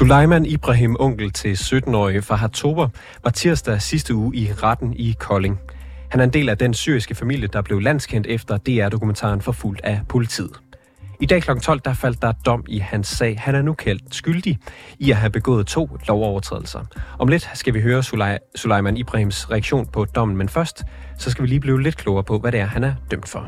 Sulaiman Ibrahim, onkel til 17-årige Fahad Tober, var tirsdag sidste uge i retten i Kolding. Han er en del af den syriske familie, der blev landskendt efter DR-dokumentaren Forfulgt af politiet. I dag kl. 12 der faldt der dom i hans sag. Han er nu kaldt skyldig i at have begået 2 lovovertrædelser. Om lidt skal vi høre Sulaiman Ibrahims reaktion på dommen, men først så skal vi lige blive lidt klogere på, hvad det er, han er dømt for.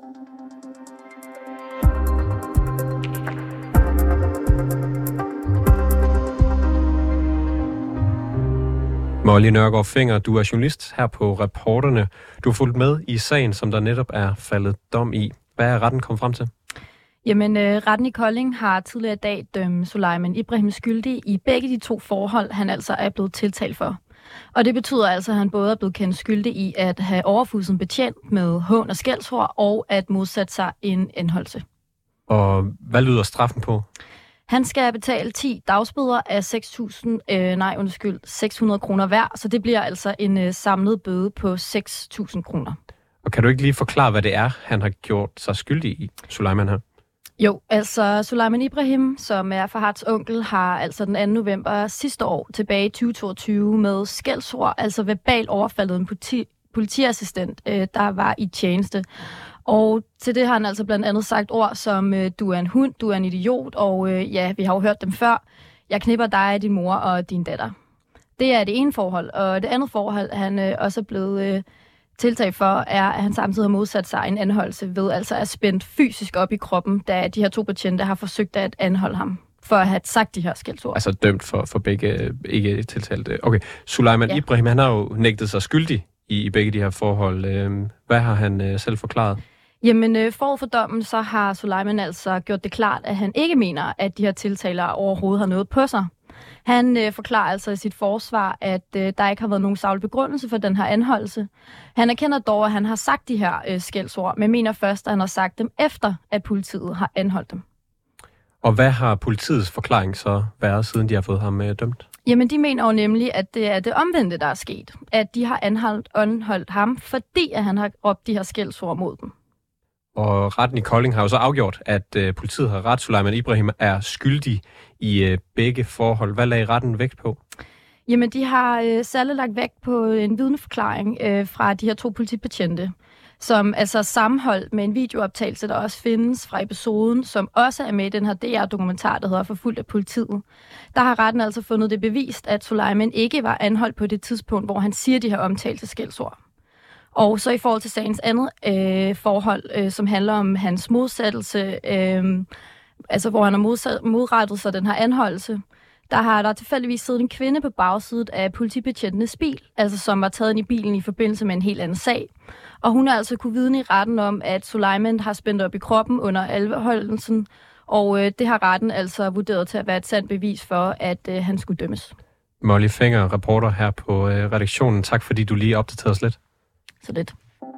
Molly Nørgaard Fenger, du er journalist her på Reporterne. Du har fulgt med i sagen, som der netop er faldet dom i. Hvad er retten kommet frem til? Jamen, retten i Kolding har tidligere i dag dømt Sulaiman Ibrahim skyldig i begge de 2 forhold, han altså er blevet tiltalt for. Og det betyder altså, at han både er blevet kendt skyldig i at have overfulgt en betjent med hån og skældsord, og at modsætte sig en anholdelse. Og hvad lyder straffen på? Han skal betale 10 dagsbøder af 600 kroner hver, så det bliver altså en samlet bøde på 6.000 kroner. Og kan du ikke lige forklare, hvad det er, han har gjort sig skyldig i, Sulaiman her? Jo, altså Sulaiman Ibrahim, som er Fahads onkel, har altså den 2. november sidste år, tilbage i 2022, med skældsord, altså verbal overfaldet en politiassistent, der var i tjeneste. Og til det har han altså blandt andet sagt ord som, du er en hund, du er en idiot, og ja, vi har jo hørt dem før. Jeg knipper dig, din mor og din datter. Det er det ene forhold, og det andet forhold, han også er blevet tiltalt for, er, at han samtidig har modsat sig en anholdelse ved altså at spændt fysisk op i kroppen, da de her 2 betjente har forsøgt at anholde ham for at have sagt de her skældsord. Altså dømt for begge ikke tiltalte. Okay, Sulaiman Ibrahim, han har jo nægtet sig skyldig i begge de her forhold. Hvad har han selv forklaret? Jamen, forud for dommen, så har Sulaiman altså gjort det klart, at han ikke mener, at de her tiltaler overhovedet har noget på sig. Han forklarer altså i sit forsvar, at der ikke har været nogen saglig begrundelse for den her anholdelse. Han erkender dog, at han har sagt de her skældsord, men mener først, at han har sagt dem efter, at politiet har anholdt dem. Og hvad har politiets forklaring så været, siden de har fået ham dømt? Jamen, de mener jo nemlig, at det er det omvendte, der er sket. At de har anholdt ham, fordi at han har råbt de her skældsord mod dem. Og retten i Kolding har jo så afgjort, at politiet har ret. Sulaiman Ibrahim er skyldig i begge forhold. Hvad lagde retten vægt på? Jamen, de har særligt lagt vægt på en vidneforklaring fra de her 2 politibetjente, som altså sammenholdt med en videooptagelse, der også findes fra episoden, som også er med i den her DR-dokumentar, der hedder Forfulgt af politiet. Der har retten altså fundet det bevist, at Sulaiman ikke var anholdt på det tidspunkt, hvor han siger de her omtalte skældsord. Og så i forhold til sagens andet forhold, som handler om hans modsættelse, altså hvor han har modrettet sig den her anholdelse, der har der tilfældigvis siddet en kvinde på bagsiden af politibetjentenes bil, altså som var taget ind i bilen i forbindelse med en helt anden sag. Og hun har altså kunne vidne i retten om, at Sulaiman har spændt op i kroppen under anholdelsen, og det har retten altså vurderet til at være et sandt bevis for, at han skulle dømmes. Molly Fenger, reporter her på redaktionen. Tak fordi du lige opdaterede os lidt. Så lidt.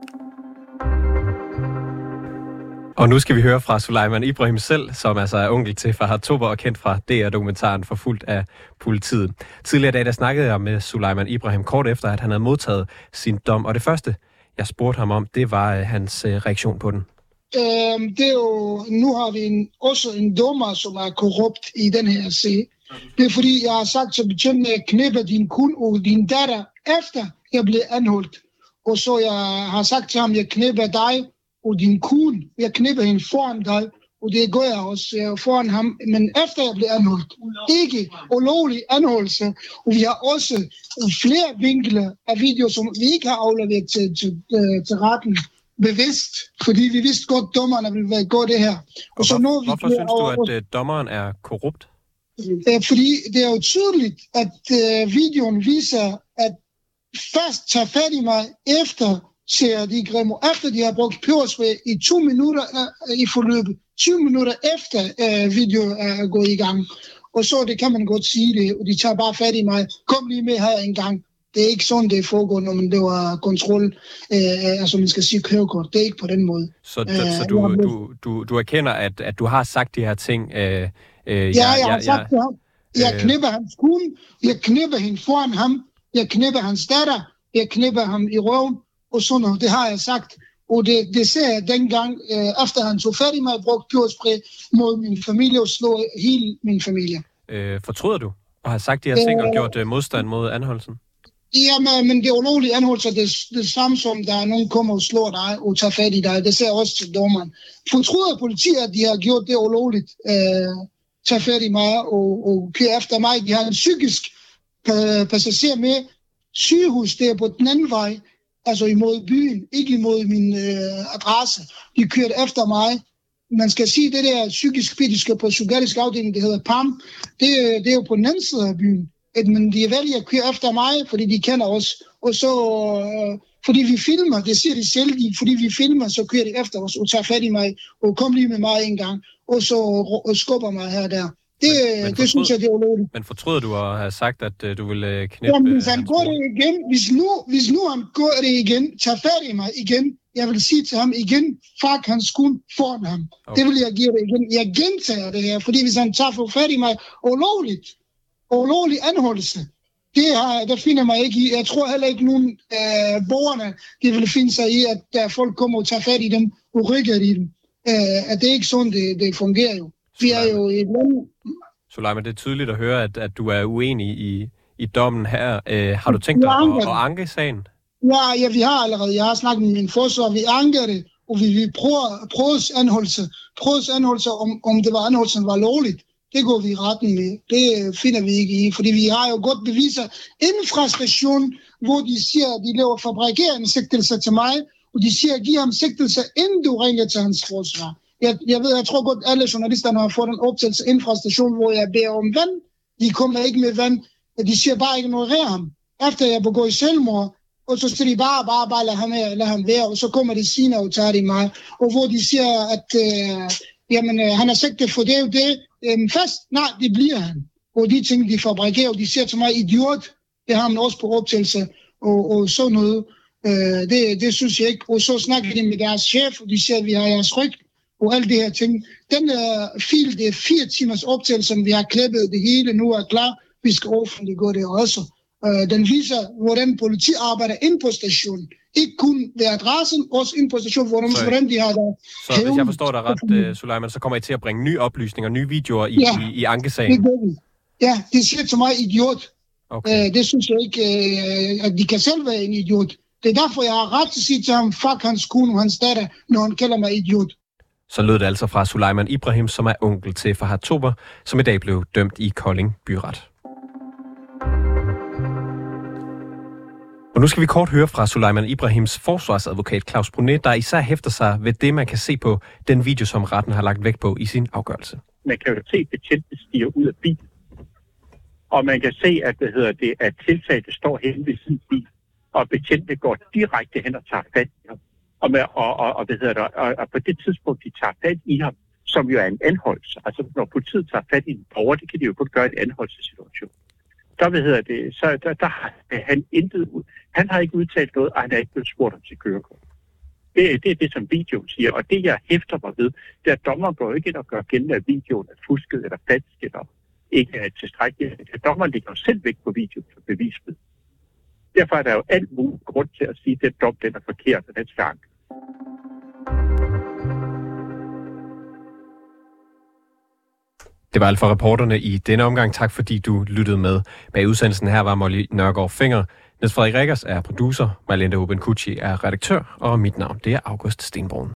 Og nu skal vi høre fra Sulaiman Ibrahim selv, som altså er onkel til Fahad Tober og kendt fra DR-dokumentaren Forfulgt af politiet. Tidligere i dag, der snakkede jeg med Sulaiman Ibrahim kort efter, at han havde modtaget sin dom. Og det første, jeg spurgte ham om, det var hans reaktion på den. Det er jo, nu har vi også en dommer, som er korrupt i den her sag. Det er fordi, jeg har sagt til betjenten, at jeg knipper din kone og din datter, efter jeg blev anholdt. Og så jeg har sagt til ham, at jeg knipper dig og din kone. Jeg knipper hende foran dig, og det gør jeg også foran ham. Men efter jeg blev anholdt, ikke ulovlig anholdelse. Og vi har også flere vinkler af videoer, som vi ikke har afleveret til retten bevidst. Fordi vi vidste godt, at dommerne ville gå det her. Og så hvorfor synes du, at dommeren er korrupt? Fordi det er jo tydeligt, at videoen viser, at først tager fat i mig efter, siger de Gremo, efter de har brugt peberspray i 2 minutter i forløbet. 20 minutter efter videoen er gået i gang. Og så det kan man godt sige det, og de tager bare fat i mig. Kom lige med her en gang. Det er ikke sådan, det foregår, når man laver kontrol, altså man skal sige kørekort. Det er ikke på den måde. Så du erkender, at du har sagt de her ting? Jeg har sagt til ham. Jeg knipper hans kone, jeg knipper hende foran ham, jeg knipper hans datter, jeg knipper ham i røven, og sådan noget. Det har jeg sagt. Og det ser jeg dengang, efter han tog fat i mig og brugte peberspray mod min familie og slog hele min familie. Fortryder du og har sagt de her ting og gjort modstand mod anholdelsen? Ja, men det er ulovlige anholdelser. Det samme som, der er nogen kommer og slår dig og tager fat i dig. Det ser også til dommeren. Fortryder politiet, at de har gjort det ulovligt. Tager fat i mig og kører efter mig. De har en psykisk passager med. Sygehus, det er på den anden vej. Altså imod byen, ikke imod min adresse. De kørte efter mig. Man skal sige, det der psykisk kritiske på psykiatrisk afdeling, det hedder PAM, det er jo på den anden side af byen. Men de vælger at køre efter mig, fordi de kender os. Og så, fordi vi filmer, det siger de selv, fordi vi filmer, så kører de efter os og tager fat i mig, og kom lige med mig en gang, og så skubber mig her og der. Det synes jeg, det er ulovligt. Men fortryder du at have sagt, at du ville knæppe... Jamen, hvis han går det igen, hvis nu han går det igen, tager fat i mig igen, jeg vil sige til ham igen, fuck hans skuld foran ham. Okay. Det vil jeg give det igen. Jeg gentager det her, fordi hvis han tager for fat i mig ulovlig anholdelse, der finder mig ikke i. Jeg tror heller ikke nogen borgerne, de vil finde sig i, at folk kommer og tager fat i dem og rykker i dem. At det er ikke sådan, det fungerer jo. Vi er jo i et land... Sulaiman, det er tydeligt at høre, at du er uenig i dommen her. Har du tænkt dig at anke sagen? Ja, vi har allerede. Jeg har snakket med min forsvar. Vi anker det, og vi prøves anholdelse, om det var anholdelsen var lovligt. Det går vi i retten med. Det finder vi ikke i, fordi vi har jo godt beviser inden fra stationen, hvor de siger, at de laver fabrikerende sigtelser til mig, og de siger, at give ham sigtelser, inden du ringer til hans forsvar. Jeg tror godt, alle journalisterne har fået en optagelse inden fra stationen, hvor jeg beder om vand. De kommer ikke med vand. De siger bare ignorer ham. Efter jeg begår selvmord, og så siger de bare lad ham være, og så kommer de senere og tager de mig. Og hvor de siger, at han har sigtet for det og det, fast, nej, det bliver han. Og de ting, de fabrikerer, de siger til mig, idiot, det har man også på optagelse, og sådan noget. Det synes jeg ikke. Og så snakker de med deres chef, og de siger, at vi har jeres ryg, og alle de her ting. Den fil, det er 4 timers optagelse, som vi har klippet det hele, nu er klar. Vi skal offentliggøre det også. Den viser, hvordan politi arbejder ind på stationen. Ikke kun ved adressen, også ind på stationen, hvordan de har der. Så hvis jeg forstår dig ret, Sulaiman, så kommer I til at bringe nye oplysninger, nye videoer i ankesagen? Det gør vi. Ja, det siger til mig idiot. Okay. Det synes jeg ikke, at de kan selv være en idiot. Det er derfor, jeg har ret til at sige til ham, fuck hans kone og hans datter, når han kalder mig idiot. Så lød det altså fra Sulaiman Ibrahim, som er onkel til Farhad Tober, som i dag blev dømt i Kolding Byret. Og nu skal vi kort høre fra Sulaiman Ibrahims forsvarsadvokat Claus Brunet, der især hæfter sig ved det, man kan se på den video, som retten har lagt vægt på i sin afgørelse. Man kan jo se, at betjente stiger ud af bilen, og man kan se, at tiltalte står hen ved sin bil, og betjente går direkte hen og tager fat i ham. Og på det tidspunkt, de tager fat i ham, som jo er en anholdelse. Altså, når politiet tager fat i en borger, det kan de jo kun gøre i en anholdelsessituation. Der har han intet ud. Han har ikke udtalt noget, og han har ikke blevet spurgt om sit kørekort. Det er det, som videoen siger, og det, jeg hæfter mig ved, det er, at dommeren går ikke ind og gør gældende, at videoen er fusket eller falsk eller ikke er tilstrækkeligt. Dommeren ligger jo selv væk på videoen for bevisbid. Derfor er der jo alt muligt grund til at sige, at den dom den er forkert, og den skal anke. Det var alt for reporterne i denne omgang. Tak fordi du lyttede med. Bag udsendelsen her var Molly Nørgaard Finger. Niels Frederik Rikkers er producer, Marlene Obenkucci er redaktør, og mit navn det er August Stenbrun.